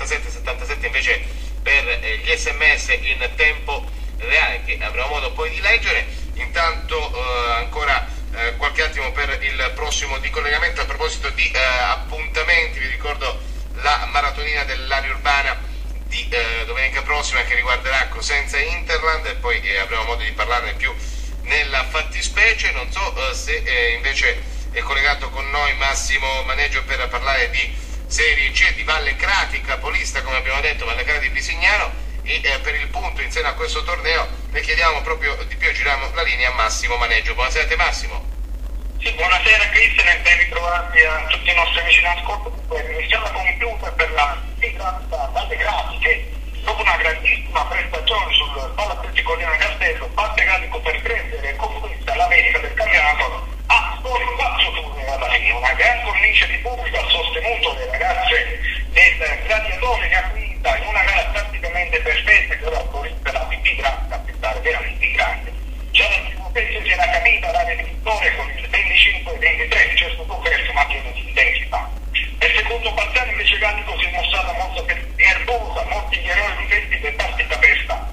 77 invece per gli sms in tempo reale, che avremo modo poi di leggere. Intanto ancora qualche attimo per il prossimo di collegamento. A proposito di appuntamenti, vi ricordo la maratonina dell'area urbana di domenica prossima, che riguarderà Cosenza e Interland, e poi avremo modo di parlarne più nella fattispecie. Non so se invece è collegato con noi Massimo Maneggio per parlare di Serie C, di Valle Crati, capolista come abbiamo detto, Valle Crati Bisignano, e per il punto in seno a questo torneo ne chiediamo proprio di più. Giriamo la linea a Massimo Maneggio. Buonasera a te, Massimo. Sì, buonasera Cristian e ben ritrovati a tutti i nostri amici in ascolto. Missione compiuta per la Sigrada Valle Crati, che dopo una grandissima prestazione sul Polo Atletico Lione Castello batte Gallico per prendere e conquista la verica del campionato a soli 4 turni alla fine. Una gran cornice di pubblico ha sostenuto le ragazze del Gladiatore, che ha quinta in una gara praticamente perfetta, che ora autorizza la PP Grande a pensare veramente in grande. Già nel primo pezzo si era capita l'area di vittoria con il 25-23, di certo progresso ma pieno di intensità. Nel secondo parziale invece Gallico si è mostrata molto nervosa, molti gli errori difetti per partita testa,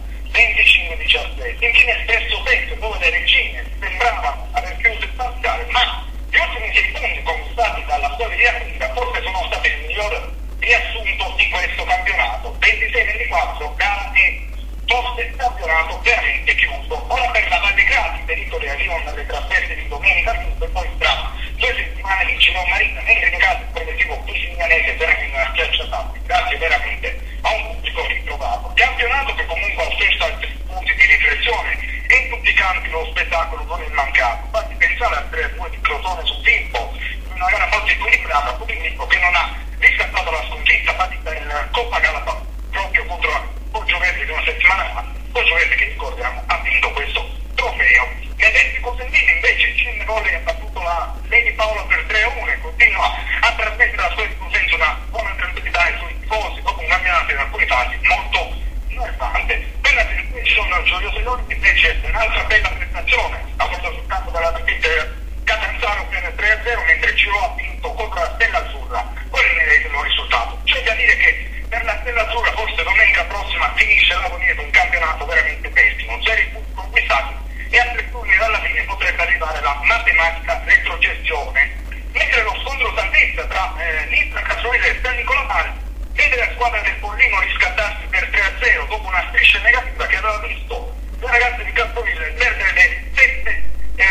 25-17. Infine il terzo pezzo, dove le regine sembravano aver chiuso il parziale, ma gli ultimi 6 punti conquistati dalla storia di Aquila forse sono stati il miglior riassunto di questo campionato. 26-24, gara e post campionato veramente chiuso. Ora per la Valle Crati i pericoli arrivano dalle trasferte di domenica e poi tra 2 settimane di Cirò Marina, mentre in caso il collettivo bisignanese verrà in una schiacciatata, grazie veramente a un pubblico ritrovato. Campionato che comunque ha offerto altri punti di riflessione e in tutti i campi lo spettacolo non è mancato. Infatti pensare al 3-2 di Crotone su Pippo, una gara molto equilibrata, Pippo che non ha riscattato la sconfitta partita in Coppa Galata proprio contro Poggioverdi di una settimana fa. Poggioverdi, che ricordiamo, ha vinto questo trofeo. Nei tempi consentiti invece il CN Volley ha battuto la Lady Paola per 3-1 e continua a trasmettere la sua diffusenza una buona tranquillità ai suoi tifosi dopo un campionato in alcuni fasi molto nervante. Per la Television Giulio Selloni invece un'altra bella prestazione, ha fatto sul campo della partita Catanzaro per 3-0, mentre Ciro ha vinto contro la Stella Azzurra. Quello è il risultato. C'è da dire che per la Stella Azzurra forse domenica prossima finisce l'agonia di un campionato veramente pessimo, 0 punti conquistati e a 3 turni dalla fine potrebbe arrivare la matematica retrocessione. Mentre lo scontro salvezza tra Nizza Cassonese e San Nicola Mare vede la squadra del Pollino riscattarsi per 3-0 dopo una striscia negativa che aveva visto le ragazze di Cassonese perdere le 7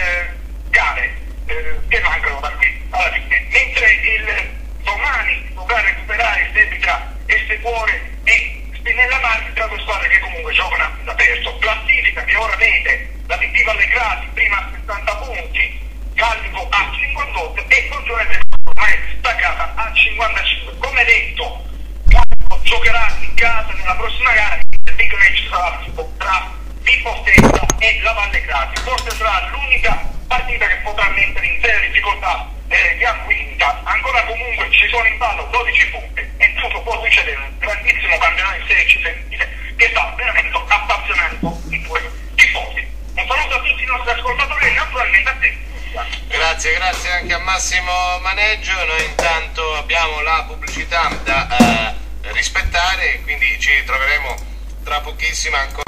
gare che mancano da qui alla fine, mentre il domani dovrà recuperare il derby tra Estecuore e Spinella Marchi, tra 2 squadre che comunque giocano a piede aperto. Classifica che ora vede la PP Valle Crati prima a 60 punti, Gallico a 58 e Poggioverdi ormai staccata a 55. Come detto, Gallico giocherà in casa nella prossima gara, il big match sarà tra Pippo Stessa e la Valle Crati. Forse sarà l'unica partita che potrà mettere in seria difficoltà di quinta. Ancora comunque ci sono in ballo 12 punti e tutto può succedere un grandissimo campionato di Serie C femminile che sta veramente appassionando i tuoi tifosi. Un saluto a tutti i nostri ascoltatori e naturalmente a te. Grazie anche a Massimo Maneggio. Noi intanto abbiamo la pubblicità da rispettare, quindi ci troveremo tra pochissimo ancora.